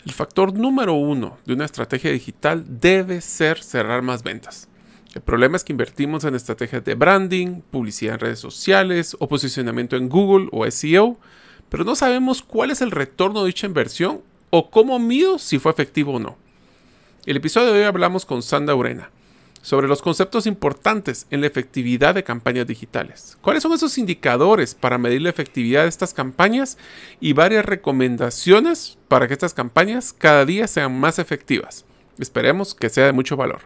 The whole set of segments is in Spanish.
El factor número uno de una estrategia digital debe ser cerrar más ventas. El problema es que invertimos en estrategias de branding, publicidad en redes sociales o posicionamiento en Google o SEO, pero no sabemos cuál es el retorno de dicha inversión o cómo mido si fue efectivo o no. En el episodio de hoy hablamos con Sandra Urena sobre los conceptos importantes en la efectividad de campañas digitales. ¿Cuáles son esos indicadores para medir la efectividad de estas campañas? Y varias recomendaciones para que estas campañas cada día sean más efectivas. Esperemos que sea de mucho valor.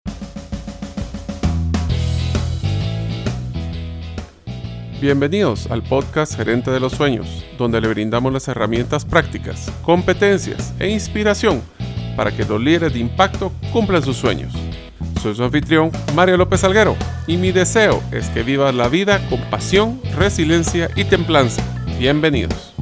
Bienvenidos al podcast Gerente de los Sueños, donde le brindamos las herramientas prácticas, competencias e inspiración para que los líderes de impacto cumplan sus sueños. Soy su anfitrión, Mario López Salguero, y mi deseo es que vivas la vida con pasión, resiliencia y templanza. Bienvenidos.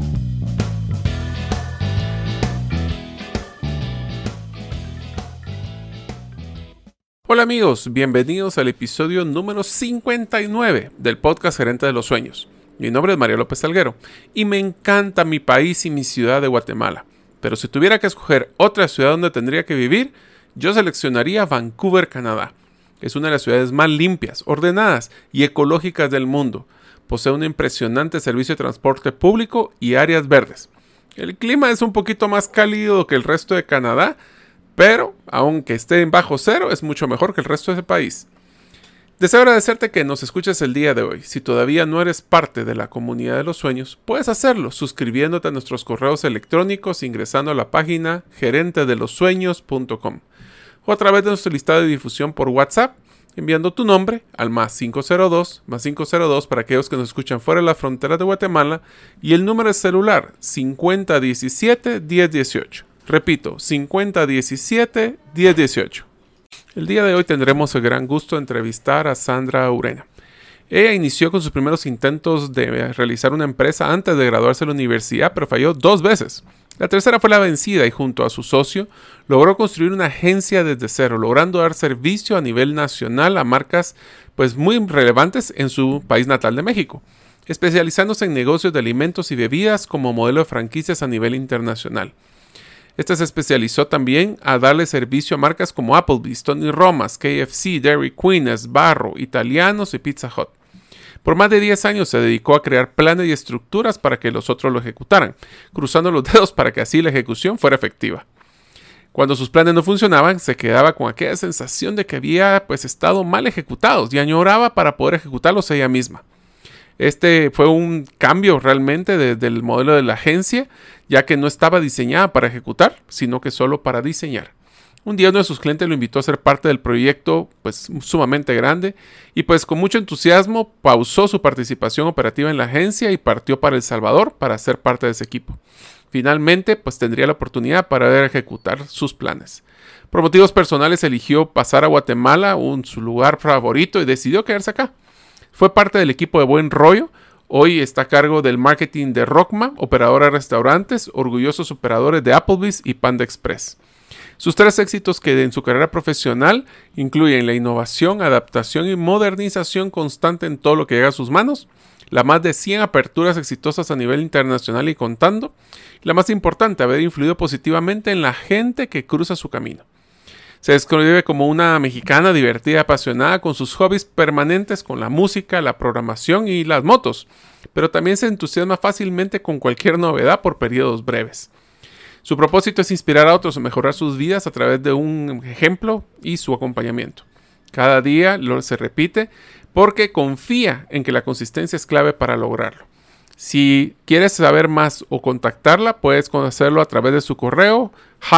Hola amigos, bienvenidos al episodio número 59 del podcast Gerente de los Sueños. Mi nombre es Mario López Salguero y me encanta mi país y mi ciudad de Guatemala. Pero si tuviera que escoger otra ciudad donde tendría que vivir, yo seleccionaría Vancouver, Canadá. Es una de las ciudades más limpias, ordenadas y ecológicas del mundo. Posee un impresionante servicio de transporte público y áreas verdes. El clima es un poquito más cálido que el resto de Canadá, pero aunque esté en bajo cero, es mucho mejor que el resto de ese país. Deseo agradecerte que nos escuches el día de hoy. Si todavía no eres parte de la comunidad de los sueños, puedes hacerlo suscribiéndote a nuestros correos electrónicos ingresando a la página gerentedelosueños.com o a través de nuestro listado de difusión por WhatsApp, enviando tu nombre al +502 para aquellos que nos escuchan fuera de las fronteras de Guatemala y el número de celular 5017-1018. Repito, 5017-1018. El día de hoy tendremos el gran gusto de entrevistar a Sandra Urena. Ella inició con sus primeros intentos de realizar una empresa antes de graduarse de la universidad, pero falló 2 veces. La tercera fue la vencida y junto a su socio logró construir una agencia desde cero, logrando dar servicio a nivel nacional a marcas muy relevantes en su país natal de México, especializándose en negocios de alimentos y bebidas como modelo de franquicias a nivel internacional. Esta se especializó también a darle servicio a marcas como Applebee's, Tony Roma's, KFC, Dairy Queen, Sbarro, Italianos y Pizza Hut. Por más de 10 años se dedicó a crear planes y estructuras para que los otros lo ejecutaran, cruzando los dedos para que así la ejecución fuera efectiva. Cuando sus planes no funcionaban, se quedaba con aquella sensación de que había estado mal ejecutados y añoraba para poder ejecutarlos ella misma. Este fue un cambio realmente del modelo de la agencia, ya que no estaba diseñada para ejecutar, sino que solo para diseñar. Un día uno de sus clientes lo invitó a ser parte del proyecto, sumamente grande, y con mucho entusiasmo pausó su participación operativa en la agencia y partió para El Salvador para ser parte de ese equipo. Finalmente, tendría la oportunidad para poder ejecutar sus planes. Por motivos personales eligió pasar a Guatemala, su lugar favorito, y decidió quedarse acá. Fue parte del equipo de Buen Rollo. Hoy está a cargo del marketing de Rockma, operadora de restaurantes, orgullosos operadores de Applebee's y Panda Express. Sus 3 éxitos que en su carrera profesional incluyen la innovación, adaptación y modernización constante en todo lo que llega a sus manos, las más de 100 aperturas exitosas a nivel internacional y contando, y la más importante, haber influido positivamente en la gente que cruza su camino. Se describe como una mexicana divertida y apasionada con sus hobbies permanentes con la música, la programación y las motos, pero también se entusiasma fácilmente con cualquier novedad por periodos breves. Su propósito es inspirar a otros a mejorar sus vidas a través de un ejemplo y su acompañamiento. Cada día se repite porque confía en que la consistencia es clave para lograrlo. Si quieres saber más o contactarla, puedes hacerlo a través de su correo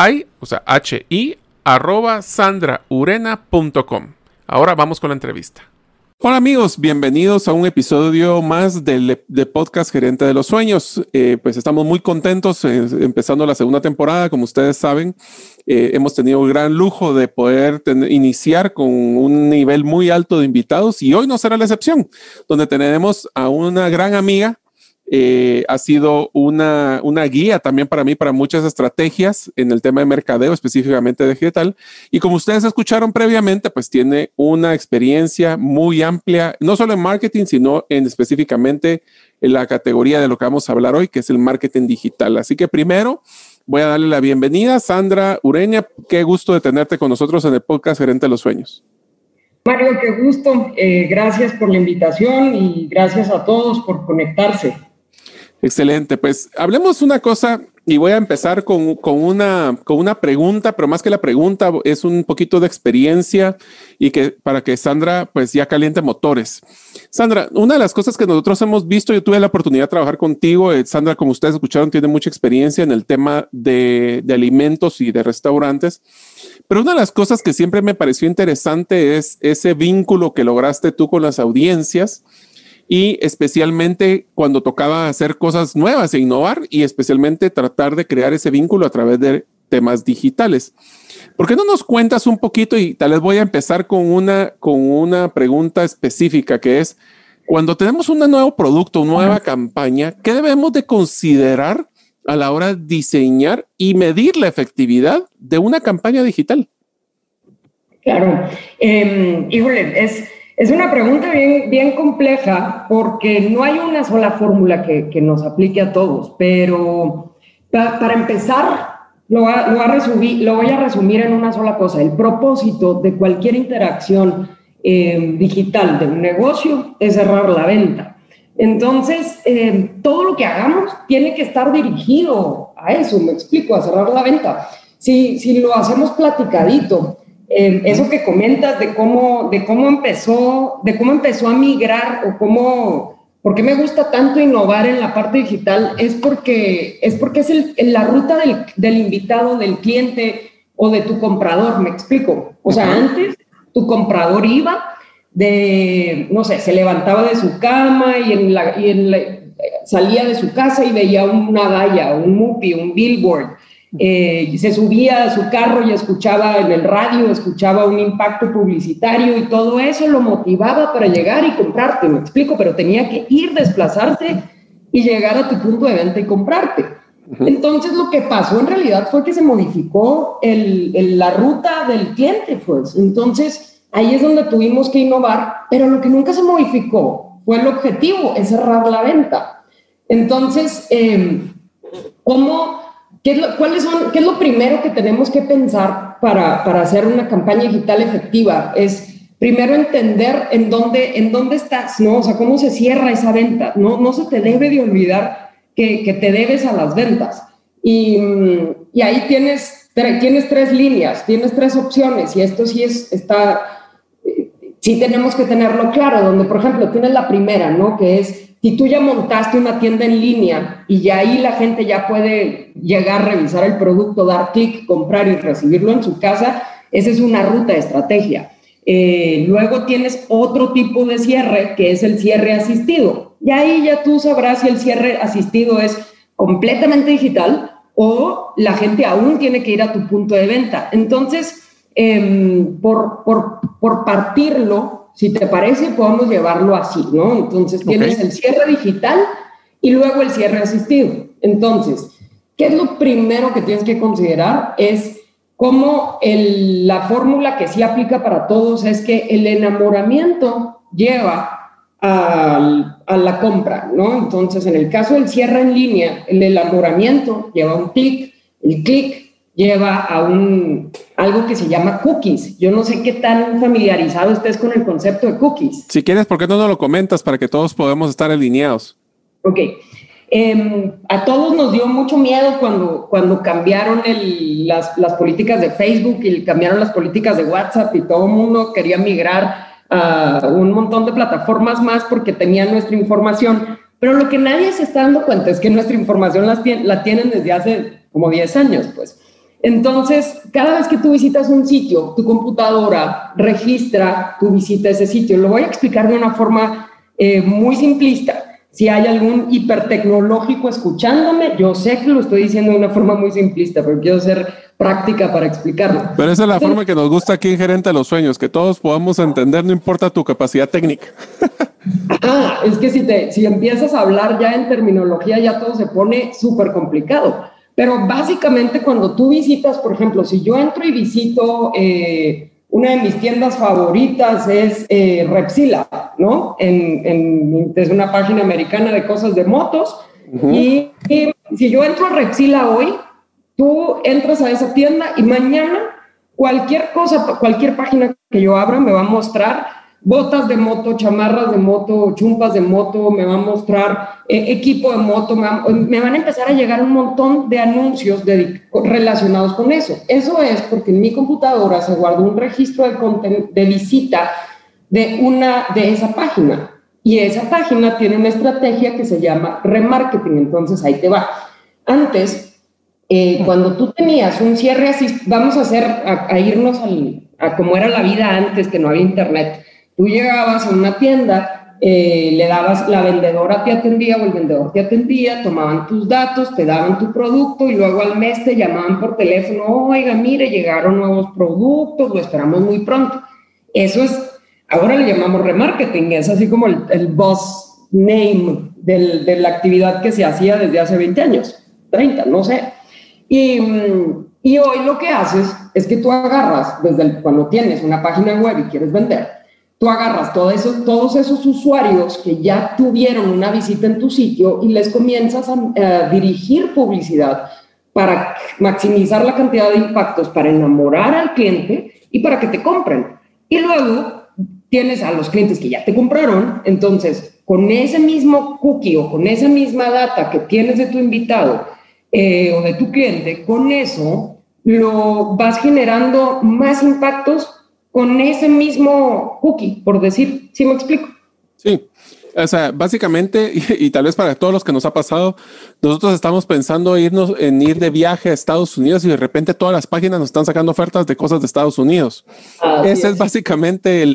hi@sandraurena.com. Ahora vamos con la entrevista. Hola amigos, bienvenidos a un episodio más de Podcast Gerente de los Sueños. Estamos muy contentos empezando la segunda temporada. Como ustedes saben, hemos tenido el gran lujo de poder iniciar con un nivel muy alto de invitados y hoy no será la excepción, donde tenemos a una gran amiga. Ha sido una guía también para mí, para muchas estrategias en el tema de mercadeo, específicamente de digital. Y como ustedes escucharon previamente, tiene una experiencia muy amplia, no solo en marketing, sino específicamente en la categoría de lo que vamos a hablar hoy, que es el marketing digital. Así que primero, voy a darle la bienvenida a Sandra Ureña. Qué gusto de tenerte con nosotros en el podcast Gerente de los Sueños. Mario, qué gusto. Gracias por la invitación y gracias a todos por conectarse. Excelente. Pues hablemos una cosa y voy a empezar con una pregunta, pero más que la pregunta es un poquito de experiencia y que para que Sandra pues ya caliente motores. Sandra, una de las cosas que nosotros hemos visto, yo tuve la oportunidad de trabajar contigo, Sandra, como ustedes escucharon, tiene mucha experiencia en el tema de alimentos y de restaurantes, pero una de las cosas que siempre me pareció interesante es ese vínculo que lograste tú con las audiencias y especialmente cuando tocaba hacer cosas nuevas e innovar y especialmente tratar de crear ese vínculo a través de temas digitales. ¿Por qué no nos cuentas un poquito? Y tal vez voy a empezar con una pregunta específica que es, cuando tenemos un nuevo producto, una nueva campaña, ¿qué debemos de considerar a la hora de diseñar y medir la efectividad de una campaña digital? Claro, híjole, es una pregunta bien compleja porque no hay una sola fórmula que nos aplique a todos, pero para empezar lo voy a resumir en una sola cosa. El propósito de cualquier interacción digital de un negocio es cerrar la venta. Entonces, todo lo que hagamos tiene que estar dirigido a eso, me explico, a cerrar la venta. Si lo hacemos platicadito, eso que comentas de cómo empezó a migrar o por qué me gusta tanto innovar en la parte digital es porque es la ruta del invitado, del cliente o de tu comprador, me explico. O sea, antes tu comprador iba no sé, se levantaba de su cama y salía de su casa y veía una valla, un MUPI, un billboard. Se subía a su carro y escuchaba en el radio, escuchaba un impacto publicitario y todo eso lo motivaba para llegar y comprarte, me explico, pero tenía que desplazarse y llegar a tu punto de venta y comprarte. Entonces lo que pasó en realidad fue que se modificó la ruta del cliente, pues. Entonces ahí es donde tuvimos que innovar, pero lo que nunca se modificó fue el objetivo, es cerrar la venta. Entonces, ¿qué es lo primero que tenemos que pensar para hacer una campaña digital efectiva? Es primero entender en dónde estás, ¿no? O sea, cómo se cierra esa venta. No se te debe de olvidar que te debes a las ventas. Y ahí tienes 3 líneas, tienes 3 opciones, y esto sí tenemos que tenerlo claro, donde, por ejemplo, tienes la primera, ¿no? Que es, si tú ya montaste una tienda en línea y ya ahí la gente ya puede llegar a revisar el producto, dar clic, comprar y recibirlo en su casa, esa es una ruta de estrategia. Luego tienes otro tipo de cierre, que es el cierre asistido. Y ahí ya tú sabrás si el cierre asistido es completamente digital o la gente aún tiene que ir a tu punto de venta. Entonces, por partirlo, si te parece, podemos llevarlo así, ¿no? Entonces, tienes el cierre digital y luego el cierre asistido. Entonces, ¿qué es lo primero que tienes que considerar? Es cómo la fórmula que sí aplica para todos es que el enamoramiento lleva a la compra, ¿no? Entonces, en el caso del cierre en línea, el enamoramiento lleva un clic, el clic lleva a algo que se llama cookies. Yo no sé qué tan familiarizado estés con el concepto de cookies. Si quieres, ¿por qué no nos lo comentas para que todos podamos estar alineados? Ok. A todos nos dio mucho miedo cuando cambiaron las políticas de Facebook y cambiaron las políticas de WhatsApp y todo el mundo quería migrar a un montón de plataformas más porque tenían nuestra información. Pero lo que nadie se está dando cuenta es que nuestra información la tienen desde hace como 10 años, pues. Entonces, cada vez que tú visitas un sitio, tu computadora registra tu visita a ese sitio. Lo voy a explicar de una forma muy simplista. Si hay algún hipertecnológico escuchándome, yo sé que lo estoy diciendo de una forma muy simplista, pero quiero ser práctica para explicarlo. Pero esa es la forma que nos gusta aquí en Gerente de los Sueños, que todos podamos entender, no importa tu capacidad técnica. Es que si empiezas a hablar ya en terminología, ya todo se pone súper complicado. Pero básicamente cuando tú visitas, por ejemplo, si yo entro y visito una de mis tiendas favoritas es Repsila, ¿no? Es una página americana de cosas de motos. Y si yo entro a Repsila hoy, tú entras a esa tienda y mañana cualquier cosa, cualquier página que yo abra me va a mostrar botas de moto, chamarras de moto, chumpas de moto, me va a mostrar equipo de moto, me van a empezar a llegar un montón de anuncios relacionados con eso. Eso es porque en mi computadora se guardó un registro de visita de esa página. Y esa página tiene una estrategia que se llama remarketing. Entonces, ahí te va. Antes, cuando tú tenías un cierre así, vamos a irnos a cómo era la vida antes, que no había internet. Tú llegabas a una tienda, le dabas, la vendedora te atendía o el vendedor te atendía, tomaban tus datos, te daban tu producto y luego al mes te llamaban por teléfono, oiga, mire, llegaron nuevos productos, lo esperamos muy pronto. Eso es, ahora le llamamos remarketing, es así como el boss name de la actividad que se hacía desde hace 20 años, 30, no sé. Y hoy lo que haces es que tú agarras, cuando tienes una página web y quieres vender, tú agarras todos esos usuarios que ya tuvieron una visita en tu sitio y les comienzas a dirigir publicidad para maximizar la cantidad de impactos, para enamorar al cliente y para que te compren. Y luego tienes a los clientes que ya te compraron, entonces con ese mismo cookie o con esa misma data que tienes de tu invitado o de tu cliente, con eso lo vas generando más impactos con ese mismo cookie, por decir, ¿sí me explico? Sí, o sea, básicamente, y tal vez para todos los que nos ha pasado, nosotros estamos pensando en ir de viaje a Estados Unidos y de repente todas las páginas nos están sacando ofertas de cosas de Estados Unidos. Esa es básicamente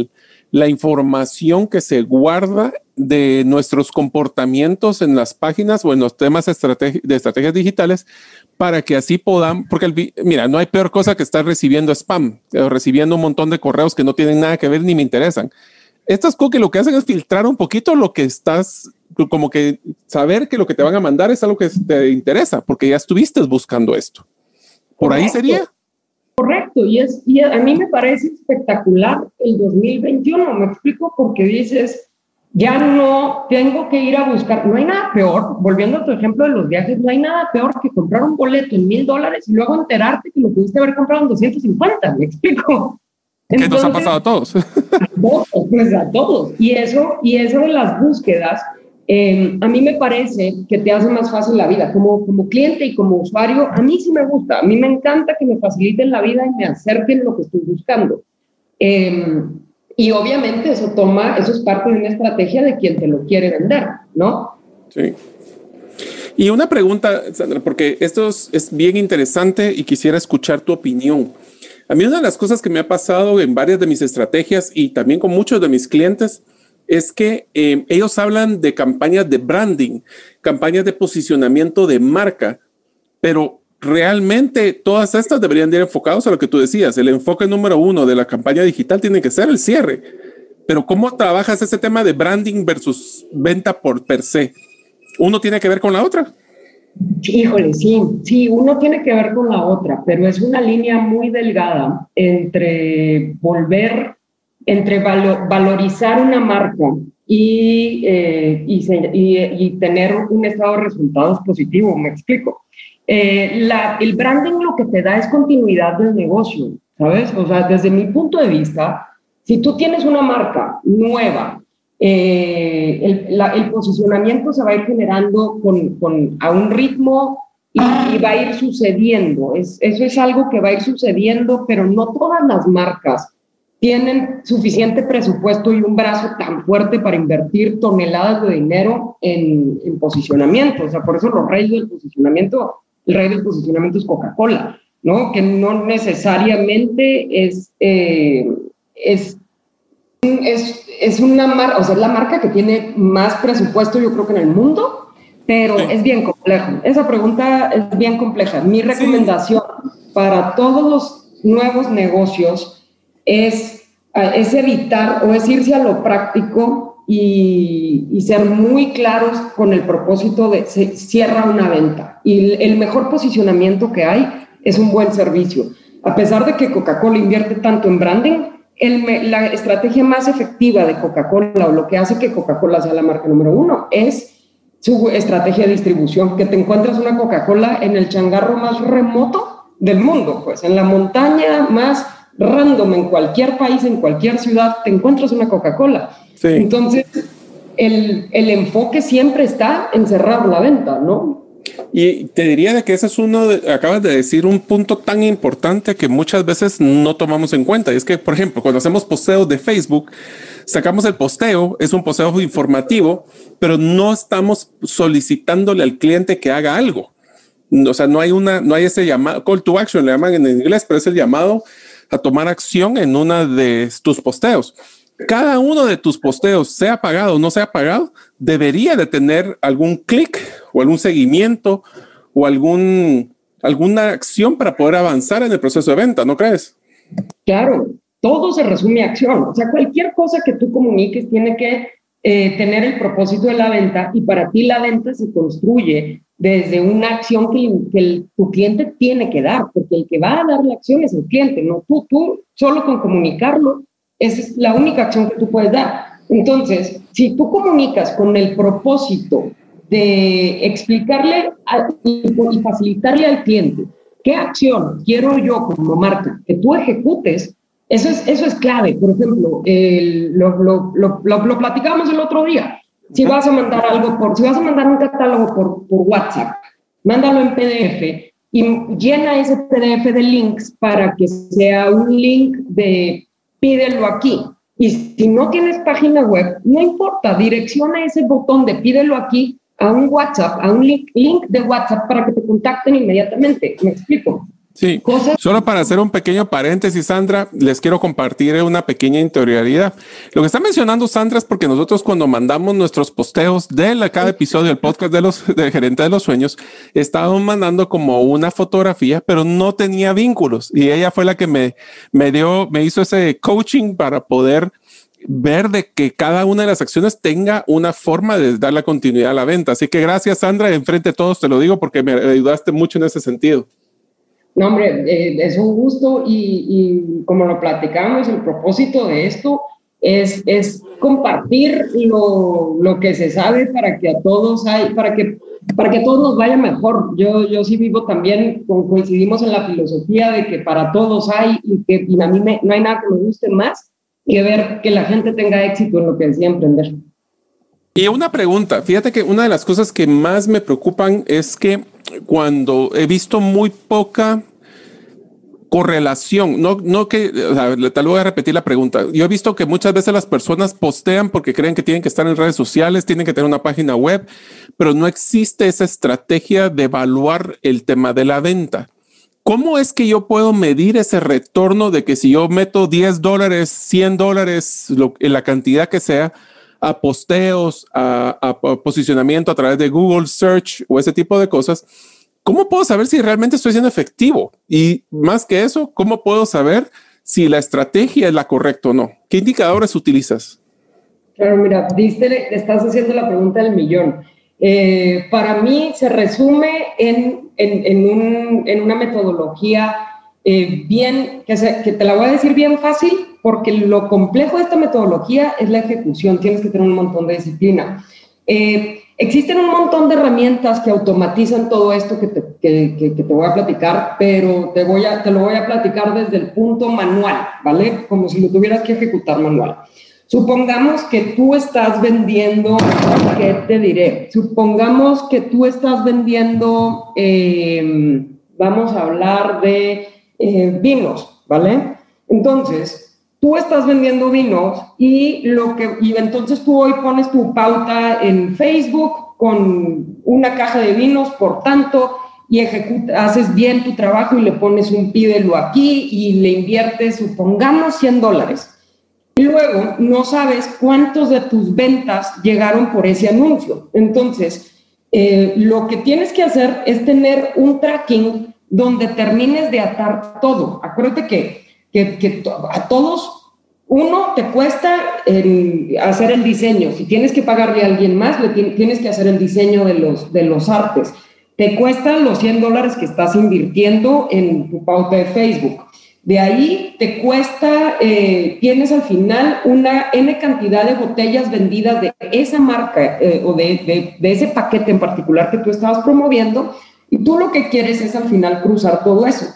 la información que se guarda de nuestros comportamientos en las páginas o en los temas de estrategias digitales para que así podamos, porque mira, no hay peor cosa que estar recibiendo spam, recibiendo un montón de correos que no tienen nada que ver ni me interesan. Estas cookies lo que hacen es filtrar un poquito lo que estás, como que saber que lo que te van a mandar es algo que te interesa, porque ya estuviste buscando esto. ¿Por ahí sería? Correcto, y a mí me parece espectacular el 2021, me explico, porque dices, ya no tengo que ir a buscar, no hay nada peor, volviendo a tu ejemplo de los viajes, no hay nada peor que comprar un boleto en $1,000 y luego enterarte que lo pudiste haber comprado en 250, me explico. ¿Qué nos ha pasado a todos? A todos. Y eso de las búsquedas, a mí me parece que te hace más fácil la vida. Como cliente y como usuario, a mí sí me gusta. A mí me encanta que me faciliten la vida y me acerquen lo que estoy buscando. Y obviamente eso es parte de una estrategia de quien te lo quiere vender, ¿no? Sí. Y una pregunta, Sandra, porque esto es bien interesante y quisiera escuchar tu opinión. A mí una de las cosas que me ha pasado en varias de mis estrategias y también con muchos de mis clientes es que ellos hablan de campañas de branding, campañas de posicionamiento de marca, pero realmente todas estas deberían de ir enfocados a lo que tú decías. El enfoque número uno de la campaña digital tiene que ser el cierre. Pero ¿cómo trabajas ese tema de branding versus venta por per se? ¿Uno tiene que ver con la otra? Híjole, sí, uno tiene que ver con la otra, pero es una línea muy delgada entre valorizar una marca y tener un estado de resultados positivo, me explico. El branding lo que te da es continuidad del negocio, ¿sabes? O sea, desde mi punto de vista, si tú tienes una marca nueva, el posicionamiento se va a ir generando a un ritmo y va a ir sucediendo. Eso es algo que va a ir sucediendo, pero no todas las marcas tienen suficiente presupuesto y un brazo tan fuerte para invertir toneladas de dinero en posicionamiento. O sea, por eso el rey del posicionamiento es Coca-Cola, ¿no? Que no necesariamente es una marca, o sea, es la marca que tiene más presupuesto, yo creo que en el mundo, pero es bien complejo. Esa pregunta es bien compleja. Mi recomendación para todos los nuevos negocios es evitar o es irse a lo práctico y ser muy claros con el propósito de cierra una venta. Y el mejor posicionamiento que hay es un buen servicio. A pesar de que Coca-Cola invierte tanto en branding, la estrategia más efectiva de Coca-Cola o lo que hace que Coca-Cola sea la marca número uno es su estrategia de distribución, que te encuentras una Coca-Cola en el changarro más remoto del mundo, pues en la montaña más random, en cualquier país, en cualquier ciudad, te encuentras una Coca-Cola. Sí. Entonces, el enfoque siempre está en cerrar la venta, ¿no? Y te diría de que ese es acabas de decir un punto tan importante que muchas veces no tomamos en cuenta. Y es que, por ejemplo, cuando hacemos posteos de Facebook, sacamos el posteo, es un posteo informativo, pero no estamos solicitándole al cliente que haga algo. O sea, no hay ese llamado, call to action, le llaman en inglés, pero es el llamado a tomar acción en una de tus posteos. Cada uno de tus posteos, sea pagado o no sea pagado, debería de tener algún clic o algún seguimiento o alguna acción para poder avanzar en el proceso de venta, ¿no crees? Claro, todo se resume a acción. O sea, cualquier cosa que tú comuniques tiene que tener el propósito de la venta, y para ti la venta se construye desde una acción que tu cliente tiene que dar, porque el que va a dar la acción es el cliente, no tú. Tú solo con comunicarlo, esa es la única acción que tú puedes dar. Entonces, si tú comunicas con el propósito de explicarle y facilitarle al cliente qué acción quiero yo como marca que tú ejecutes, eso es clave. Por ejemplo, lo platicábamos el otro día. Si vas a mandar si vas a mandar un catálogo por WhatsApp, mándalo en PDF y llena ese PDF de links para que sea un link de pídelo aquí. Y si no tienes página web, no importa, direcciona ese botón de pídelo aquí a un WhatsApp, a un link de WhatsApp para que te contacten inmediatamente. ¿Me explico? Sí, solo para hacer un pequeño paréntesis, Sandra, les quiero compartir una pequeña interioridad. Lo que está mencionando Sandra es porque nosotros cuando mandamos nuestros posteos de cada episodio del podcast de Gerente de los Sueños, estábamos mandando como una fotografía, pero no tenía vínculos. Y ella fue la que me hizo ese coaching para poder ver de que cada una de las acciones tenga una forma de dar la continuidad a la venta. Así que gracias, Sandra, enfrente de todos te lo digo porque me ayudaste mucho en ese sentido. No, hombre, es un gusto y como lo platicamos, el propósito de esto es compartir lo que se sabe para que a todos para que a todos nos vaya mejor. Yo sí vivo también, coincidimos en la filosofía de que para todos hay y a mí no hay nada que me guste más que ver que la gente tenga éxito en lo que decía emprender. Y una pregunta, fíjate que una de las cosas que más me preocupan es que cuando he visto muy poca correlación, no que, o sea, tal vez voy a repetir la pregunta. Yo he visto que muchas veces las personas postean porque creen que tienen que estar en redes sociales, tienen que tener una página web, pero no existe esa estrategia de evaluar el tema de la venta. ¿Cómo es que yo puedo medir ese retorno de que si yo meto $10, $100, en la cantidad que sea, a posteos, a posicionamiento a través de Google Search o ese tipo de cosas? ¿Cómo puedo saber si realmente estoy siendo efectivo? Y más que eso, ¿cómo puedo saber si la estrategia es la correcta o no? ¿Qué indicadores utilizas? Claro, mira, estás haciendo la pregunta del millón. Para mí se resume en una metodología que te la voy a decir bien fácil, porque lo complejo de esta metodología es la ejecución. Tienes que tener un montón de disciplina. Existen un montón de herramientas que automatizan todo esto que te voy a platicar, pero te lo voy a platicar desde el punto manual, ¿vale? Como si lo tuvieras que ejecutar manual. Supongamos que tú estás vendiendo, ¿qué te diré? Supongamos que tú estás vendiendo, vamos a hablar de vinos, ¿vale? Entonces, tú estás vendiendo vinos y entonces tú hoy pones tu pauta en Facebook con una caja de vinos, por tanto, y haces bien tu trabajo y le pones un pídelo aquí y le inviertes, supongamos, $100. Y luego no sabes cuántos de tus ventas llegaron por ese anuncio. Entonces, lo que tienes que hacer es tener un tracking donde termines de atar todo. Acuérdate que a todos, uno, te cuesta hacer el diseño. Si tienes que pagarle a alguien más, tienes que hacer el diseño de los artes. Te cuestan los $100 que estás invirtiendo en tu pauta de Facebook. De ahí te cuesta, tienes al final una N cantidad de botellas vendidas de esa marca o de ese paquete en particular que tú estabas promoviendo, y tú lo que quieres es al final cruzar todo eso.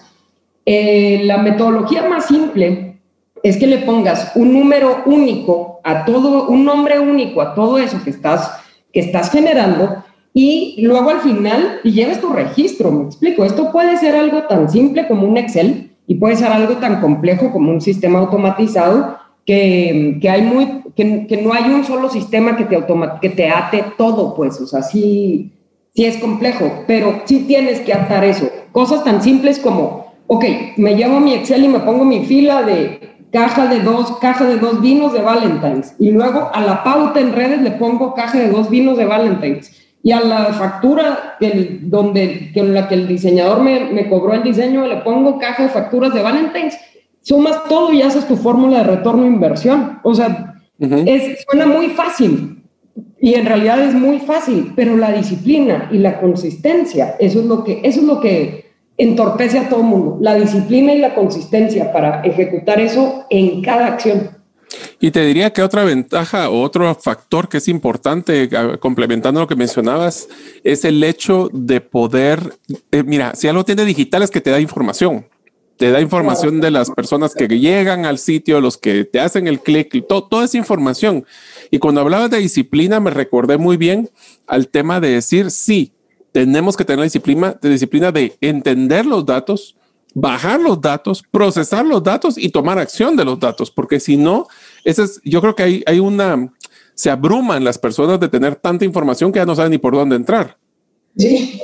La metodología más simple es que le pongas un número único a todo, un nombre único a todo eso que estás generando, y luego al final y lleves tu registro. Me explico, esto puede ser algo tan simple como un Excel y puede ser algo tan complejo como un sistema automatizado que no hay un solo sistema que te ate todo, pues, o sea, sí es complejo, pero sí tienes que atar eso. Cosas tan simples como, ok, me llevo mi Excel y me pongo mi fila de caja de dos vinos de Valentine's, y luego a la pauta en redes le pongo caja de 2 vinos de Valentine's, y a la factura con la que el diseñador me cobró el diseño le pongo caja de facturas de Valentine's. Sumas todo y haces tu fórmula de retorno de inversión. O sea, suena muy fácil, y en realidad es muy fácil, pero la disciplina y la consistencia, eso es lo que entorpece a todo el mundo. La disciplina y la consistencia para ejecutar eso en cada acción. Y te diría que otra ventaja o otro factor que es importante, complementando lo que mencionabas, es el hecho de poder, mira, si algo tiene digital es que te da información. Te da información de las personas que llegan al sitio, los que te hacen el clic, toda esa información. Y cuando hablabas de disciplina, me recordé muy bien al tema de decir, sí, tenemos que tener la disciplina de entender los datos, bajar los datos, procesar los datos y tomar acción de los datos, porque si no, yo creo que se abruman las personas de tener tanta información que ya no saben ni por dónde entrar. Sí,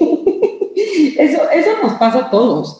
eso nos pasa a todos.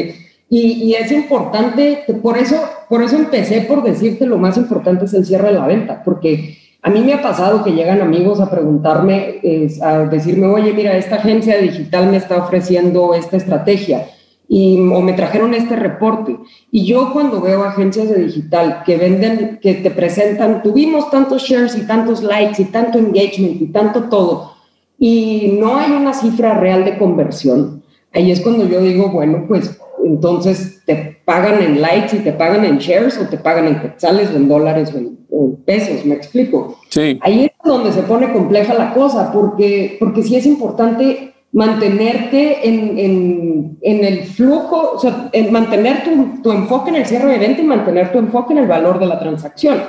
Y es importante, por eso empecé por decirte lo más importante es el cierre de la venta, porque a mí me ha pasado que llegan amigos a preguntarme, a decirme, oye, mira, esta agencia digital me está ofreciendo esta estrategia, o me trajeron este reporte. Y yo cuando veo agencias de digital que venden, que te presentan, tuvimos tantos shares y tantos likes y tanto engagement y tanto todo, y no hay una cifra real de conversión, ahí es cuando yo digo, bueno, pues entonces te pagan en likes y te pagan en shares, o te pagan en quetzales o en dólares o en pesos, ¿me explico? Sí. Ahí es donde se pone compleja la cosa, porque sí es importante mantenerte en el flujo, o sea, mantener tu enfoque en el cierre de venta y mantener tu enfoque en el valor de la transacción.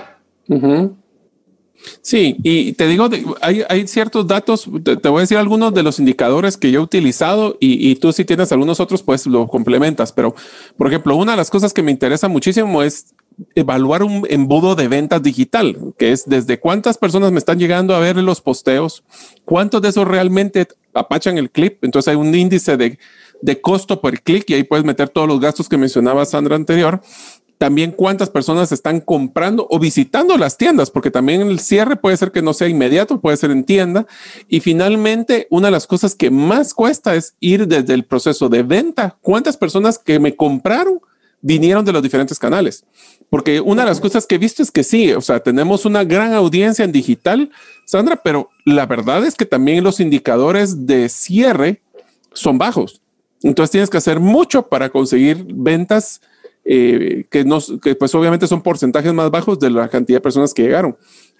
Sí, y te digo, hay ciertos datos, te voy a decir algunos de los indicadores que yo he utilizado, y tú si tienes algunos otros, pues lo complementas. Pero, por ejemplo, una de las cosas que me interesa muchísimo es evaluar un embudo de ventas digital, que es desde cuántas personas me están llegando a ver los posteos, cuántos de esos realmente apachan el clip. Entonces hay un índice de costo por clic, y ahí puedes meter todos los gastos que mencionaba Sandra anterior. También cuántas personas están comprando o visitando las tiendas, porque también el cierre puede ser que no sea inmediato, puede ser en tienda. Y finalmente, una de las cosas que más cuesta es ir desde el proceso de venta. ¿Cuántas personas que me compraron vinieron de los diferentes canales? Porque una de las cosas que he visto es que sí, o sea, tenemos una gran audiencia en digital, Sandra, pero la verdad es que también los indicadores de cierre son bajos. Entonces tienes que hacer mucho para conseguir ventas que pues obviamente son porcentajes más bajos de la cantidad de personas que llegaron.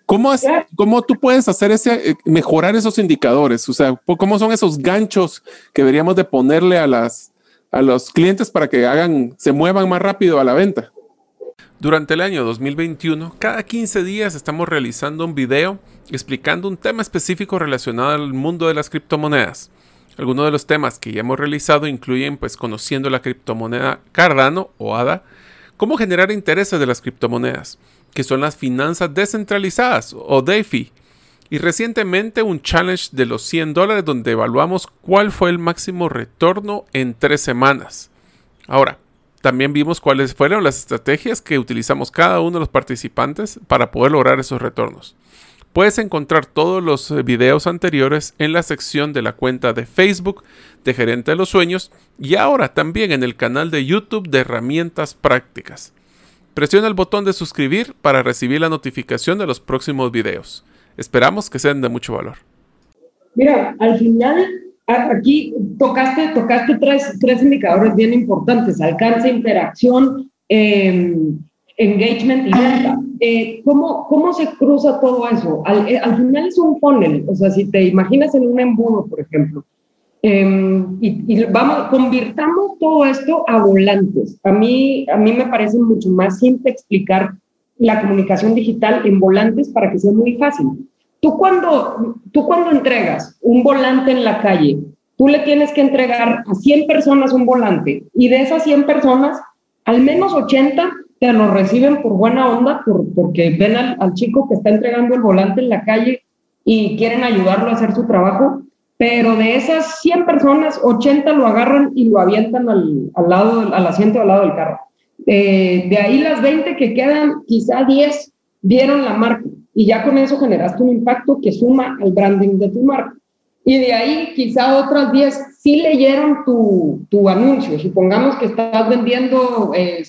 ¿Cómo tú puedes hacer mejorar esos indicadores? O sea, ¿cómo son esos ganchos que deberíamos de ponerle a los clientes para que se muevan más rápido a la venta? Durante el año 2021, cada 15 días estamos realizando un video explicando un tema específico relacionado al mundo de las criptomonedas. Algunos de los temas que ya hemos realizado incluyen, pues, conociendo la criptomoneda Cardano o ADA, cómo generar intereses de las criptomonedas, que son las finanzas descentralizadas o DeFi, y recientemente un challenge de los $100 donde evaluamos cuál fue el máximo retorno en 3 semanas. Ahora, también vimos cuáles fueron las estrategias que utilizamos cada uno de los participantes para poder lograr esos retornos. Puedes encontrar todos los videos anteriores en la sección de la cuenta de Facebook de Gerente de los Sueños, y ahora también en el canal de YouTube de Herramientas Prácticas. Presiona el botón de suscribir para recibir la notificación de los próximos videos. Esperamos que sean de mucho valor. Mira, al final aquí tocaste tres indicadores bien importantes: alcance, interacción engagement y venta. ¿Cómo se cruza todo eso? Al final es un funnel, o sea, si te imaginas en un embudo, por ejemplo, convirtamos todo esto a volantes. A mí me parece mucho más simple explicar la comunicación digital en volantes para que sea muy fácil. Tú cuando entregas un volante en la calle, tú le tienes que entregar a 100 personas un volante y de esas 100 personas, al menos 80 te lo reciben por buena onda porque ven al chico que está entregando el volante en la calle y quieren ayudarlo a hacer su trabajo, pero de esas 100 personas, 80 lo agarran y lo avientan al asiento al lado del carro. De ahí las 20 que quedan, quizá 10 vieron la marca y ya con eso generaste un impacto que suma al branding de tu marca. Y de ahí quizá otras 10 sí leyeron tu anuncio. Supongamos que estás vendiendo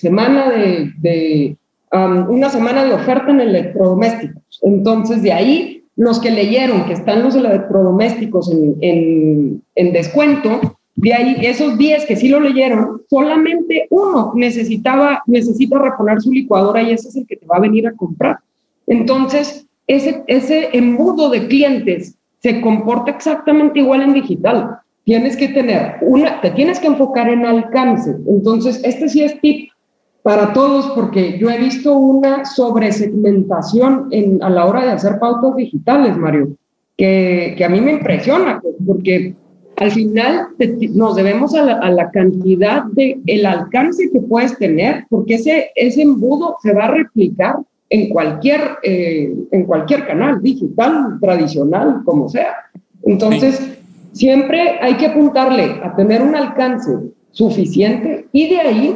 una semana de oferta en electrodomésticos. Entonces de ahí los que leyeron que están los electrodomésticos en descuento, de ahí esos 10 que sí lo leyeron, solamente uno necesita reponer su licuadora y ese es el que te va a venir a comprar. Entonces ese embudo de clientes se comporta exactamente igual en digital. Tienes que te tienes que enfocar en alcance. Entonces, este sí es tip para todos porque yo he visto una sobresegmentación a la hora de hacer pautas digitales, Mario, que a mí me impresiona, porque al final nos debemos a la cantidad el alcance que puedes tener, porque ese embudo se va a replicar en cualquier canal digital, tradicional, como sea. Entonces, siempre hay que apuntarle a tener un alcance suficiente y de ahí,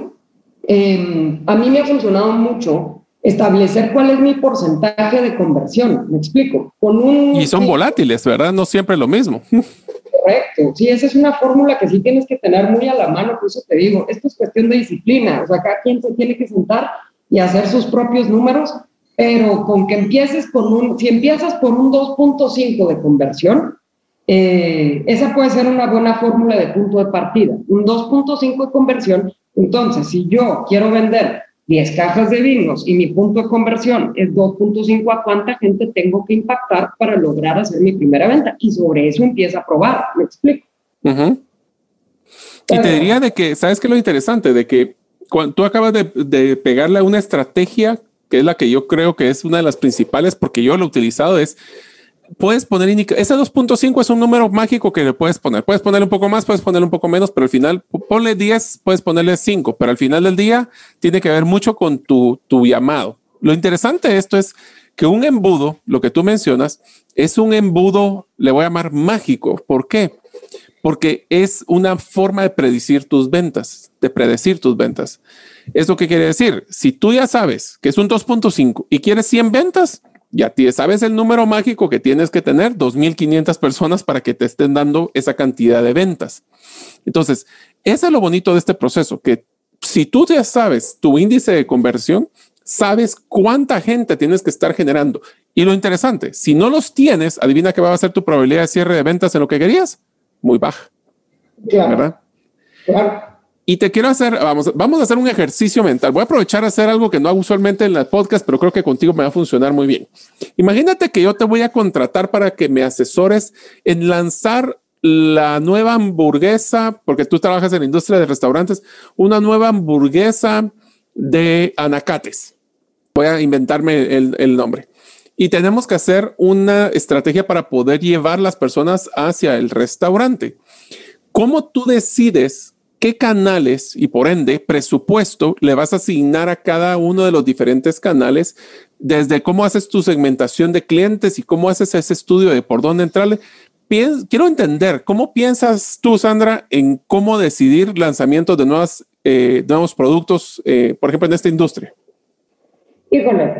a mí me ha funcionado mucho establecer cuál es mi porcentaje de conversión. ¿Me explico? Y son volátiles, ¿verdad? No siempre lo mismo. Correcto. Sí, esa es una fórmula que sí tienes que tener muy a la mano, por eso te digo, esto es cuestión de disciplina. O sea, cada quien se tiene que sentar y hacer sus propios números, pero con que si empiezas por un 2.5 de conversión, esa puede ser una buena fórmula de punto de partida, un 2.5 de conversión. Entonces, si yo quiero vender 10 cajas de vinos y mi punto de conversión es 2.5, ¿a cuánta gente tengo que impactar para lograr hacer mi primera venta? Y sobre eso empieza a probar, ¿me explico? Uh-huh. Y te diría de que, ¿sabes qué es lo interesante? De que cuando tú acabas de pegarle a una estrategia, que es la que yo creo que es una de las principales, porque yo lo he utilizado, puedes poner ese 2.5 es un número mágico que le puedes poner. Puedes ponerle un poco más, puedes ponerle un poco menos, pero al final ponle 10, puedes ponerle 5, pero al final del día tiene que ver mucho con tu llamado. Lo interesante de esto es que un embudo, lo que tú mencionas, es un embudo, le voy a llamar mágico. ¿Por qué? Porque es una forma de predecir tus ventas. ¿Eso qué quiere decir? Si tú ya sabes que es un 2.5 y quieres 100 ventas, ya sabes el número mágico que tienes que tener, 2,500 personas para que te estén dando esa cantidad de ventas. Entonces, eso es lo bonito de este proceso, que si tú ya sabes tu índice de conversión, sabes cuánta gente tienes que estar generando. Y lo interesante, si no los tienes, adivina qué va a ser tu probabilidad de cierre de ventas en lo que querías. Muy baja. Claro. ¿Verdad? Claro. Y te quiero vamos a hacer un ejercicio mental. Voy a aprovechar a hacer algo que no hago usualmente en la podcast, pero creo que contigo me va a funcionar muy bien. Imagínate que yo te voy a contratar para que me asesores en lanzar la nueva hamburguesa, porque tú trabajas en la industria de restaurantes, una nueva hamburguesa de anacates. Voy a inventarme el nombre. Y tenemos que hacer una estrategia para poder llevar las personas hacia el restaurante. ¿Cómo tú decides qué canales y por ende presupuesto le vas a asignar a cada uno de los diferentes canales? Desde cómo haces tu segmentación de clientes y cómo haces ese estudio de por dónde entrarle. Quiero entender cómo piensas tú, Sandra, en cómo decidir lanzamientos de nuevos productos, por ejemplo, en esta industria. Híjole,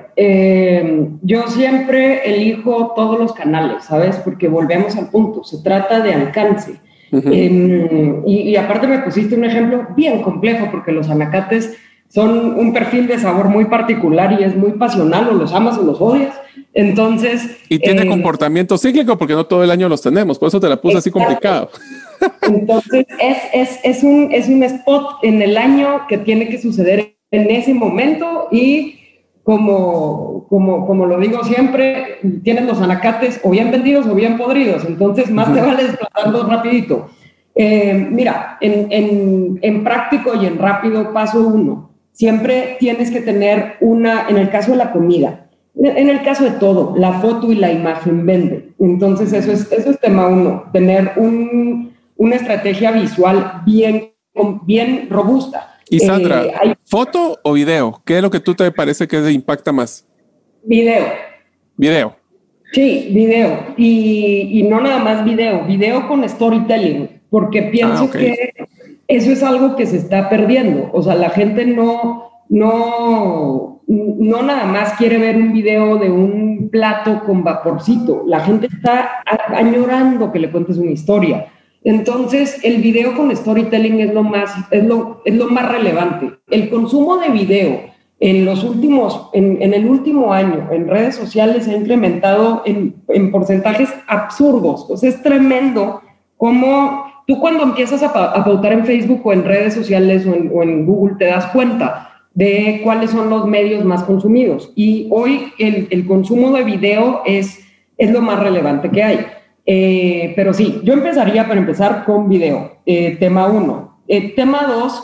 yo siempre elijo todos los canales, ¿sabes? Porque volvemos al punto, se trata de alcance. Uh-huh. Y aparte me pusiste un ejemplo bien complejo, porque los anacates son un perfil de sabor muy particular y es muy pasional, o los amas o los odias. Entonces... Y tiene comportamiento cíclico, porque no todo el año los tenemos, por eso te la puse así complicado. Entonces es un spot en el año que tiene que suceder en ese momento y como lo digo siempre, tienes los anacates o bien vendidos o bien podridos, entonces más te vale desplazarlos rapidito. Mira, en práctico y en rápido, paso 1, siempre tienes que tener en el caso de la comida, en el caso de todo, la foto y la imagen venden. Entonces eso es tema 1, tener una estrategia visual bien robusta. Y Sandra, ¿foto o video? ¿Qué es lo que tú te parece que impacta más? Video. Video. Sí, video. Y no nada más video con storytelling, porque pienso que eso es algo que se está perdiendo. O sea, la gente no nada más quiere ver un video de un plato con vaporcito. La gente está añorando que le cuentes una historia. Entonces, el video con storytelling es lo más relevante. El consumo de video en el último año en redes sociales se ha incrementado en porcentajes absurdos. O sea, es tremendo cómo tú cuando empiezas a pautar en Facebook o en redes sociales o en Google te das cuenta de cuáles son los medios más consumidos. Y hoy el consumo de video es lo más relevante que hay. Pero sí, yo empezaría para empezar con video, tema 1. Tema 2,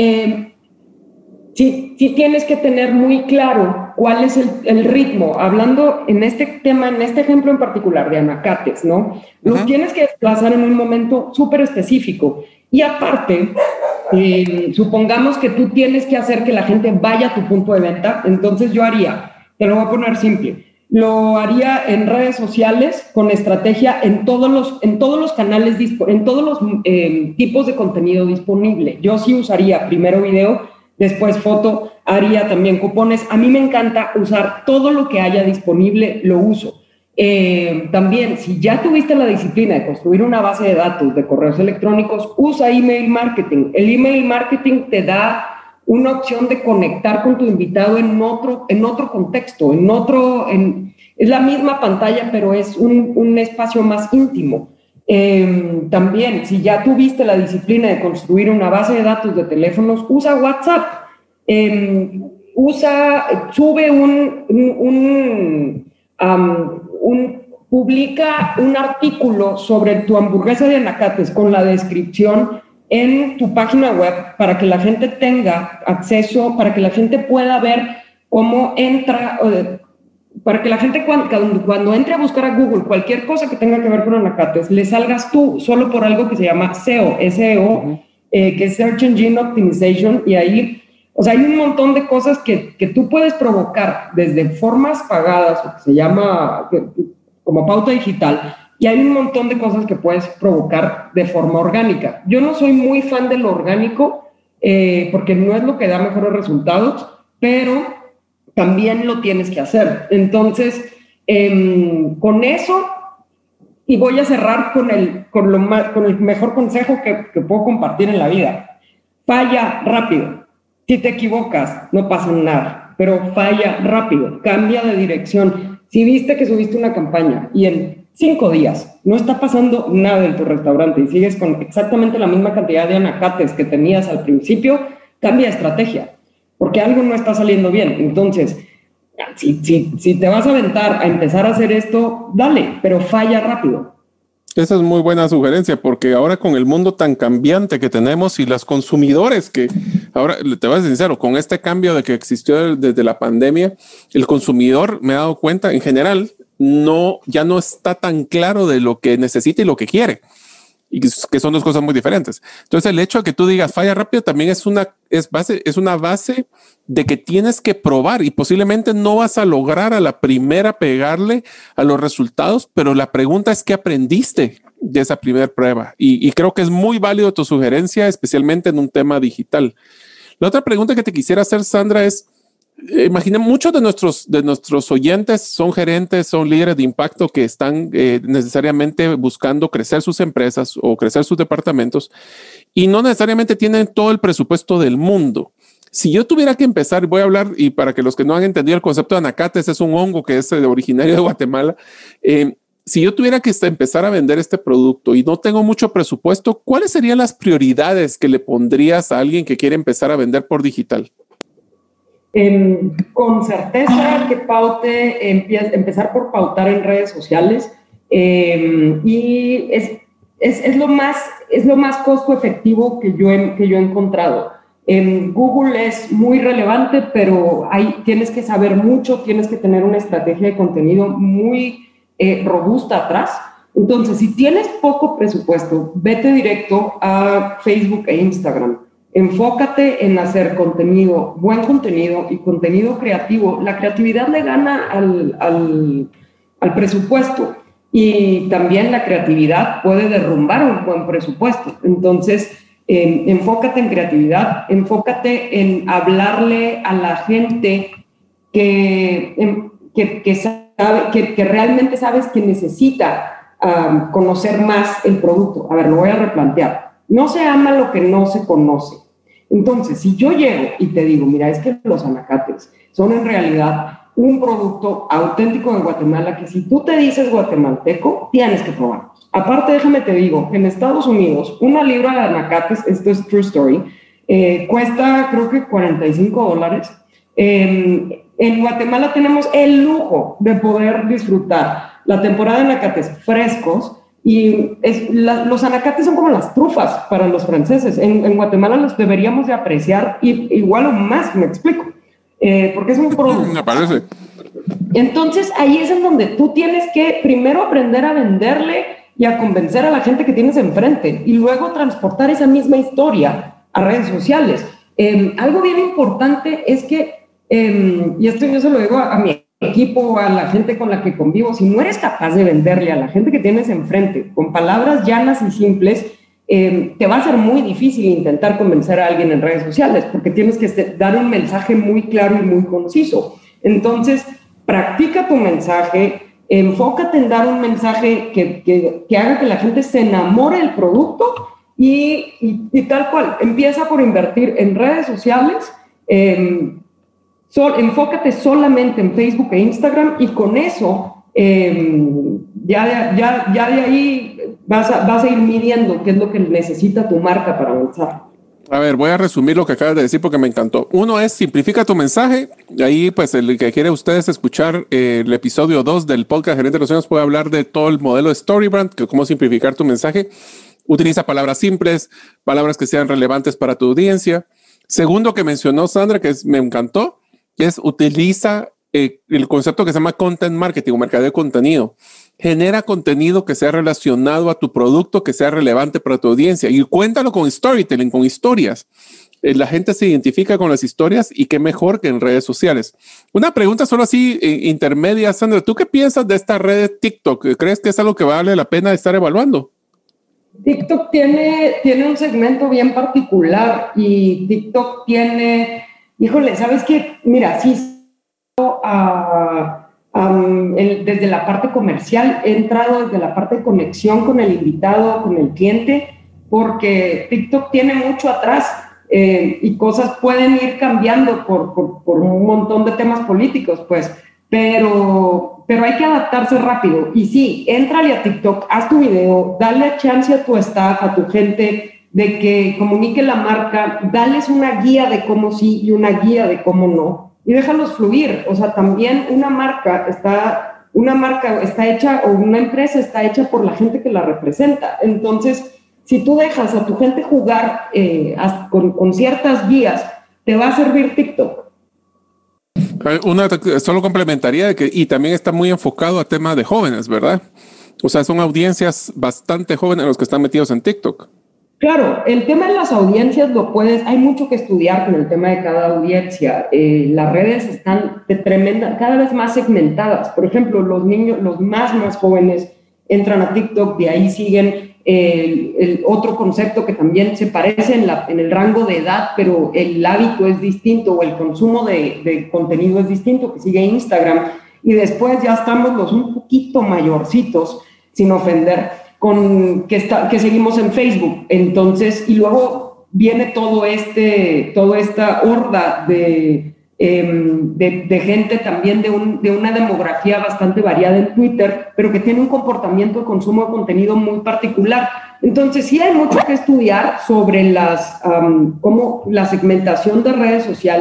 sí tienes que tener muy claro cuál es el ritmo. Hablando en este tema, en este ejemplo en particular de anacates, ¿no? Los tienes que desplazar en un momento súper específico. Y aparte, supongamos que tú tienes que hacer que la gente vaya a tu punto de venta, entonces yo te lo voy a poner simple, lo haría en redes sociales con estrategia en todos los canales, en todos los tipos de contenido disponible. Yo sí usaría primero video, después foto, haría también cupones. A mí me encanta usar todo lo que haya disponible, lo uso. También, si ya tuviste la disciplina de construir una base de datos de correos electrónicos, usa email marketing. El email marketing te da una opción de conectar con tu invitado en otro contexto, es la misma pantalla, pero es un espacio más íntimo. También, si ya tuviste la disciplina de construir una base de datos de teléfonos, usa WhatsApp. Sube publica un artículo sobre tu hamburguesa de anacates con la descripción en tu página web para que la gente tenga acceso, para que la gente pueda ver cómo entra, para que la gente cuando entre a buscar a Google cualquier cosa que tenga que ver con anacates, le salgas tú solo por algo que se llama SEO, SEO, que es Search Engine Optimization, y ahí, o sea, hay un montón de cosas que tú puedes provocar desde formas pagadas, o que se llama como pauta digital, y hay un montón de cosas que puedes provocar de forma orgánica. Yo no soy muy fan de lo orgánico porque no es lo que da mejores resultados, pero también lo tienes que hacer. Entonces, con eso, y voy a cerrar con el mejor consejo que puedo compartir en la vida. Falla rápido. Si te equivocas, no pasa nada, pero falla rápido, cambia de dirección. Si viste que subiste una campaña y en 5 días no está pasando nada en tu restaurante y sigues con exactamente la misma cantidad de anacates que tenías al principio, cambia de estrategia, porque algo no está saliendo bien. Entonces, si te vas a aventar a empezar a hacer esto, dale, pero falla rápido. Esa es muy buena sugerencia, porque ahora con el mundo tan cambiante que tenemos y los consumidores que ahora, te voy a ser sincero, con este cambio de que existió desde la pandemia, el consumidor, me he dado cuenta, en general, ya no está tan claro de lo que necesita y lo que quiere, y que son dos cosas muy diferentes. Entonces, el hecho de que tú digas falla rápido también es una base de que tienes que probar, y posiblemente no vas a lograr a la primera pegarle a los resultados, pero la pregunta es ¿qué aprendiste de esa primera prueba? Y creo que es muy válido tu sugerencia, especialmente en un tema digital. La otra pregunta que te quisiera hacer, Sandra, es: imagina, muchos de nuestros oyentes son gerentes, son líderes de impacto que están necesariamente buscando crecer sus empresas o crecer sus departamentos, y no necesariamente tienen todo el presupuesto del mundo. Si yo tuviera que empezar, voy a hablar, y para que los que no han entendido el concepto de anacates, es un hongo que es originario de Guatemala. Si yo tuviera que empezar a vender este producto y no tengo mucho presupuesto, ¿cuáles serían las prioridades que le pondrías a alguien que quiere empezar a vender por digital? Con certeza que empezar por pautar en redes sociales, y es lo más costo efectivo que yo he encontrado. Google es muy relevante, pero tienes que saber mucho, tienes que tener una estrategia de contenido muy robusta atrás. Entonces, si tienes poco presupuesto, vete directo a Facebook e Instagram. Enfócate en hacer contenido, buen contenido y contenido creativo. La creatividad le gana al presupuesto, y también la creatividad puede derrumbar un buen presupuesto. Entonces, enfócate en creatividad, enfócate en hablarle a la gente que realmente sabes que necesita conocer más el producto. A ver, lo voy a replantear. No se ama lo que no se conoce. Entonces, si yo llego y te digo, mira, es que los anacates son en realidad un producto auténtico de Guatemala, que si tú te dices guatemalteco, tienes que probar. Aparte, déjame te digo, en Estados Unidos, una libra de anacates, esto es true story, cuesta creo que $45. En Guatemala tenemos el lujo de poder disfrutar la temporada de anacates frescos, y los anacates son como las trufas para los franceses. En Guatemala los deberíamos de apreciar igual o más, me explico, porque es un producto. Me parece. Entonces ahí es en donde tú tienes que primero aprender a venderle y a convencer a la gente que tienes enfrente, y luego transportar esa misma historia a redes sociales. Algo bien importante es que, y esto yo se lo digo a mi equipo, a la gente con la que convivo, si no eres capaz de venderle a la gente que tienes enfrente con palabras llanas y simples, te va a ser muy difícil intentar convencer a alguien en redes sociales, porque tienes que dar un mensaje muy claro y muy conciso. Entonces, practica tu mensaje, enfócate en dar un mensaje que haga que la gente se enamore del producto, y tal cual, empieza por invertir en redes sociales. Enfócate solamente en Facebook e Instagram, y con eso ya de ahí vas a ir midiendo qué es lo que necesita tu marca para avanzar. A ver, voy a resumir lo que acabas de decir porque me encantó. Uno es simplifica tu mensaje. Y ahí, pues, el que quiere ustedes escuchar el episodio 2 del podcast Gerente de los Sueños puede hablar de todo el modelo de StoryBrand, que cómo simplificar tu mensaje. Utiliza palabras simples, palabras que sean relevantes para tu audiencia. Segundo que mencionó Sandra, me encantó, es utiliza el concepto que se llama content marketing o mercadeo de contenido. Genera contenido que sea relacionado a tu producto, que sea relevante para tu audiencia, y cuéntalo con storytelling, con historias. La gente se identifica con las historias, y qué mejor que en redes sociales. Una pregunta solo así intermedia, Sandra, ¿tú qué piensas de esta red de TikTok? ¿Crees que es algo que vale la pena estar evaluando? TikTok tiene un segmento bien particular, y TikTok tiene, híjole, ¿sabes qué? Mira, sí, desde la parte comercial, he entrado desde la parte de conexión con el invitado, con el cliente, porque TikTok tiene mucho atrás, y cosas pueden ir cambiando por un montón de temas políticos, pues, pero hay que adaptarse rápido. Y sí, éntrale a TikTok, haz tu video, dale chance a tu staff, a tu gente, de que comunique la marca, dales una guía de cómo sí y una guía de cómo no, y déjalos fluir. O sea, también una marca está hecha, o una empresa está hecha por la gente que la representa. Entonces, si tú dejas a tu gente jugar con ciertas guías, te va a servir TikTok. Una solo complementaría y también está muy enfocado a temas de jóvenes, ¿verdad? O sea, son audiencias bastante jóvenes los que están metidos en TikTok. Claro, el tema de las audiencias hay mucho que estudiar con el tema de cada audiencia. Las redes están cada vez más segmentadas. Por ejemplo, los niños, los más jóvenes, entran a TikTok, de ahí siguen el otro concepto que también se parece en el rango de edad, pero el hábito es distinto, o el consumo de contenido es distinto, que sigue Instagram, y después ya estamos los un poquito mayorcitos, sin ofender, que seguimos en Facebook. Entonces, y luego viene toda esta horda de gente también de una demografía bastante variada en Twitter, pero que tiene un comportamiento de consumo de contenido muy particular. Entonces, sí hay mucho que estudiar sobre cómo la segmentación de redes sociales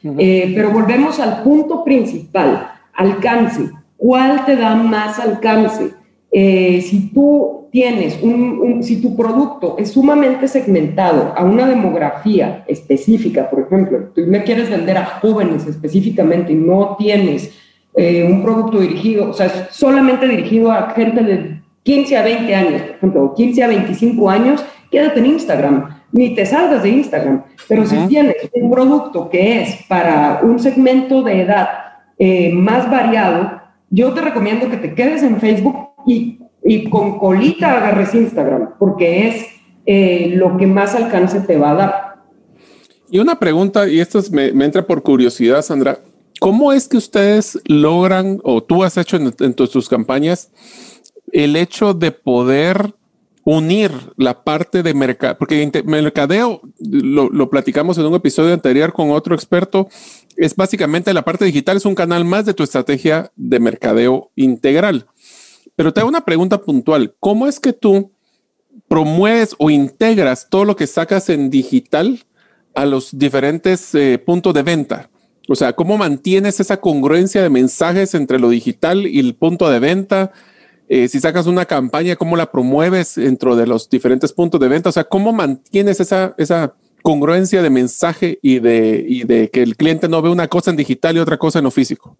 Pero volvemos al punto principal, alcance. ¿Cuál te da más alcance? Si tú tienes si tu producto es sumamente segmentado a una demografía específica, por ejemplo, tú le quieres vender a jóvenes específicamente y no tienes un producto dirigido, o sea, solamente dirigido a gente de 15 a 20 años, por ejemplo, 15 a 25 años, quédate en Instagram, ni te salgas de Instagram. Pero si tienes un producto que es para un segmento de edad más variado, yo te recomiendo que te quedes en Facebook y con colita agarres Instagram, porque es lo que más alcance te va a dar. Y una pregunta, y esto me entra por curiosidad, Sandra. ¿Cómo es que ustedes logran, o tú has hecho en tus campañas, el hecho de poder unir la parte de mercado? Porque mercadeo, lo platicamos en un episodio anterior con otro experto, es básicamente la parte digital, es un canal más de tu estrategia de mercadeo integral. Pero te hago una pregunta puntual. ¿Cómo es que tú promueves o integras todo lo que sacas en digital a los diferentes puntos de venta? O sea, ¿cómo mantienes esa congruencia de mensajes entre lo digital y el punto de venta? Si sacas una campaña, ¿cómo la promueves dentro de los diferentes puntos de venta? O sea, ¿cómo mantienes esa congruencia de mensaje y de que el cliente no ve una cosa en digital y otra cosa en lo físico?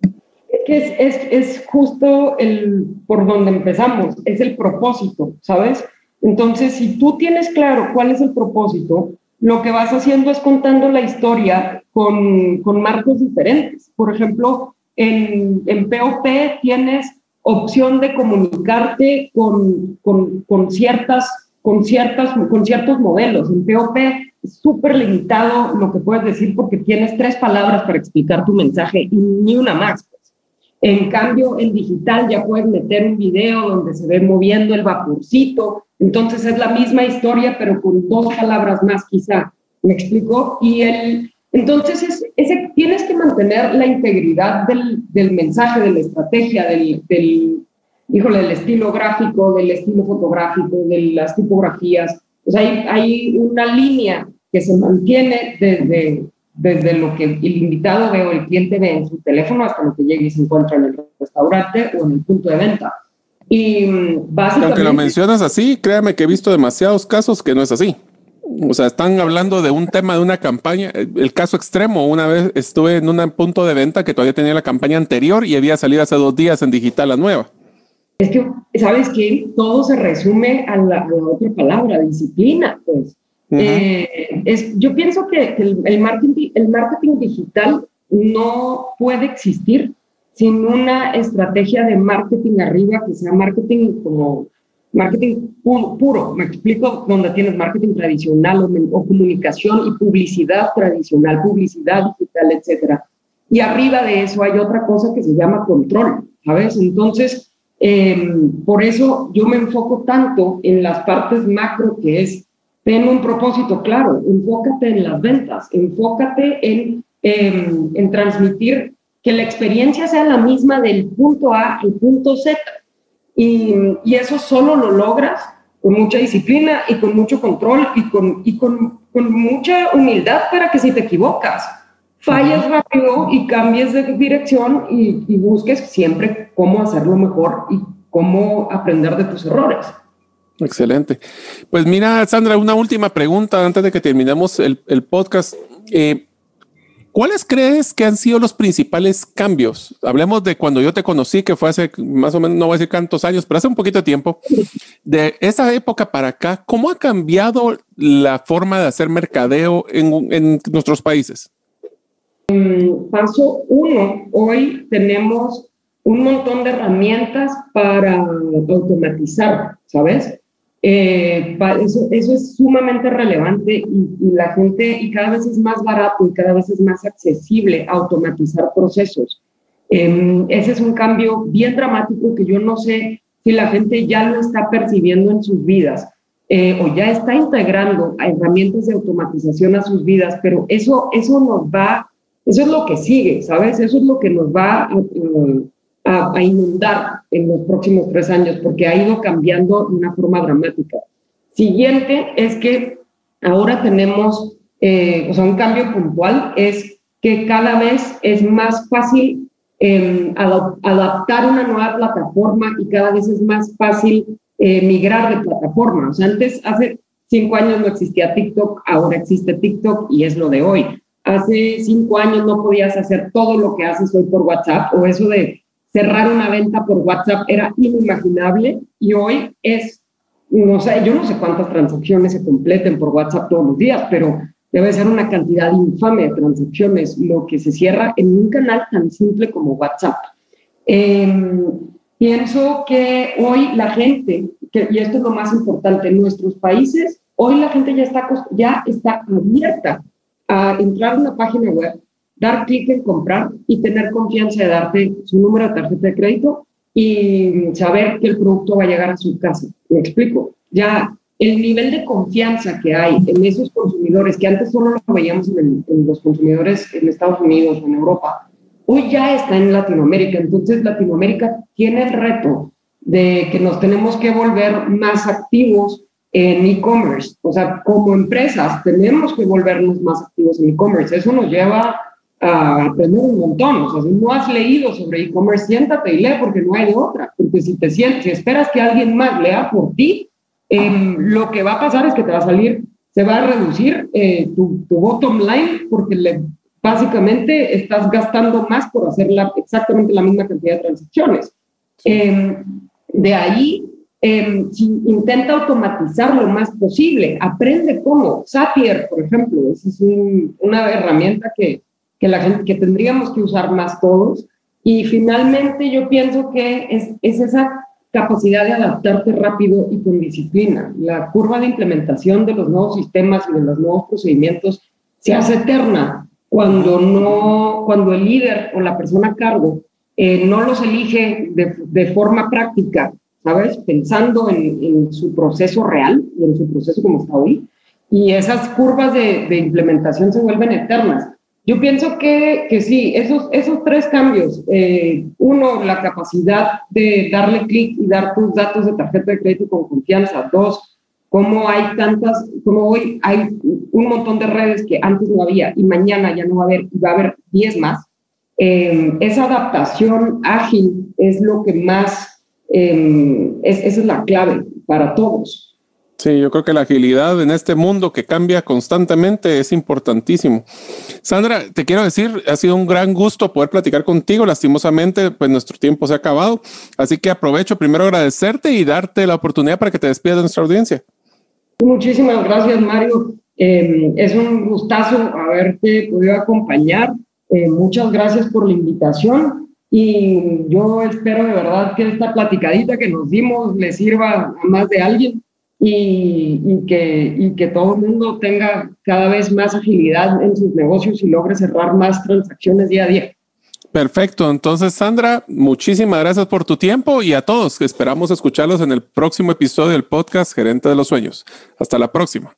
Es justo por donde empezamos, es el propósito, ¿sabes? Entonces, si tú tienes claro cuál es el propósito, lo que vas haciendo es contando la historia con marcos diferentes. Por ejemplo, en POP tienes opción de comunicarte con ciertos modelos. En POP es súper limitado lo que puedes decir porque tienes 3 palabras para explicar tu mensaje y ni una más. En cambio, en digital ya puedes meter un video donde se ve moviendo el vaporcito, entonces es la misma historia, pero con 2 palabras más quizá, ¿me explico? Entonces tienes que mantener la integridad del mensaje, de la estrategia, del estilo gráfico, del estilo fotográfico, de las tipografías. O sea, hay una línea que se mantiene desde lo que el invitado ve o el cliente ve en su teléfono hasta lo que llegue y se encuentra en el restaurante o en el punto de venta. Y básicamente... Aunque lo mencionas así, créame que he visto demasiados casos que no es así. O sea, están hablando de un tema de una campaña. El caso extremo, una vez estuve en un punto de venta que todavía tenía la campaña anterior y había salido hace 2 días en digital la nueva. Es que, ¿sabes qué? Todo se resume a la otra palabra, disciplina, pues. Yo pienso que el marketing digital no puede existir sin una estrategia de marketing arriba que sea marketing puro, me explico, donde tienes marketing tradicional o comunicación y publicidad tradicional, publicidad digital, etcétera. Y arriba de eso hay otra cosa que se llama control, ¿sabes? Entonces, por eso yo me enfoco tanto en las partes macro, que es ten un propósito claro, enfócate en las ventas, enfócate en transmitir que la experiencia sea la misma del punto A al punto Z. Y eso solo lo logras con mucha disciplina y con mucho control y con mucha humildad para que si te equivocas, falles rápido y cambies de dirección y busques siempre cómo hacerlo mejor y cómo aprender de tus errores. Excelente. Pues mira, Sandra, una última pregunta antes de que terminemos el podcast. ¿Cuáles crees que han sido los principales cambios? Hablemos de cuando yo te conocí, que fue hace más o menos, no voy a decir cuántos años, pero hace un poquito de tiempo. De esa época para acá, ¿cómo ha cambiado la forma de hacer mercadeo en nuestros países? Paso 1, hoy tenemos un montón de herramientas para automatizar, ¿sabes? Eso es sumamente relevante y la gente, y cada vez es más barato y cada vez es más accesible automatizar procesos. Ese es un cambio bien dramático que yo no sé si la gente ya lo está percibiendo en sus vidas o ya está integrando a herramientas de automatización a sus vidas, pero eso es lo que sigue, ¿sabes? Eso es lo que nos va a inundar en los próximos 3 años, porque ha ido cambiando de una forma dramática. Siguiente es que ahora tenemos, un cambio puntual, es que cada vez es más fácil adaptar una nueva plataforma y cada vez es más fácil migrar de plataforma. O sea, antes, hace 5 años no existía TikTok, ahora existe TikTok y es lo de hoy. Hace 5 años no podías hacer todo lo que haces hoy por WhatsApp, o eso de cerrar una venta por WhatsApp era inimaginable, y hoy es, no sé, yo no sé cuántas transacciones se completen por WhatsApp todos los días, pero debe ser una cantidad infame de transacciones lo que se cierra en un canal tan simple como WhatsApp. Pienso que hoy la gente, y esto es lo más importante, en nuestros países, hoy la gente ya está abierta a entrar a una página web, dar clic en comprar y tener confianza de darte su número de tarjeta de crédito y saber que el producto va a llegar a su casa. ¿Me explico? Ya el nivel de confianza que hay en esos consumidores, que antes solo lo veíamos en los consumidores en Estados Unidos o en Europa, hoy ya está en Latinoamérica. Entonces Latinoamérica tiene el reto de que nos tenemos que volver más activos en e-commerce. O sea, como empresas tenemos que volvernos más activos en e-commerce. Eso nos lleva a aprender un montón. O sea, si no has leído sobre e-commerce, siéntate y lee, porque no hay de otra. Porque si esperas que alguien más lea por ti, lo que va a pasar es que se va a reducir tu bottom line, porque básicamente estás gastando más por hacer exactamente la misma cantidad de transacciones. De ahí, intenta automatizar lo más posible. Aprende cómo. Zapier, por ejemplo, esa es una herramienta que tendríamos que usar más todos. Y finalmente yo pienso que es esa capacidad de adaptarte rápido y con disciplina. La curva de implementación de los nuevos sistemas y de los nuevos procedimientos se hace eterna cuando el líder o la persona a cargo no los elige de forma práctica, ¿sabes? Pensando en su proceso real y en su proceso como está hoy. Y esas curvas de implementación se vuelven eternas. Yo pienso que sí, esos 3 cambios. Uno, la capacidad de darle clic y dar tus datos de tarjeta de crédito con confianza. 2, como hoy hay un montón de redes que antes no había y mañana ya no va a haber, y va a haber 10 más. Esa adaptación ágil es lo que más, esa es la clave para todos. Sí, yo creo que la agilidad en este mundo que cambia constantemente es importantísimo. Sandra, te quiero decir, ha sido un gran gusto poder platicar contigo. Lastimosamente, pues nuestro tiempo se ha acabado. Así que aprovecho primero agradecerte y darte la oportunidad para que te despidas de nuestra audiencia. Muchísimas gracias, Mario. Es un gustazo haberte podido acompañar. Muchas gracias por la invitación. Y yo espero de verdad que esta platicadita que nos dimos le sirva a más de alguien. Y que todo el mundo tenga cada vez más agilidad en sus negocios y logre cerrar más transacciones día a día. Perfecto. Entonces, Sandra, muchísimas gracias por tu tiempo y a todos. Esperamos escucharlos en el próximo episodio del podcast Gerente de los Sueños. Hasta la próxima.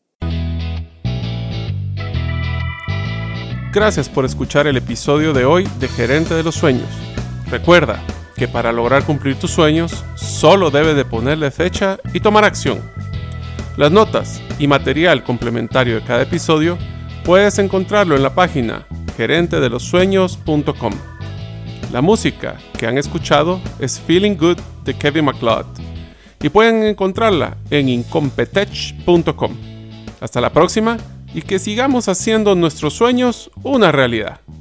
Gracias por escuchar el episodio de hoy de Gerente de los Sueños. Recuerda que para lograr cumplir tus sueños, solo debes de ponerle fecha y tomar acción. Las notas y material complementario de cada episodio puedes encontrarlo en la página gerentedelosueños.com. La música que han escuchado es Feeling Good de Kevin MacLeod y pueden encontrarla en incompetech.com. Hasta la próxima y que sigamos haciendo nuestros sueños una realidad.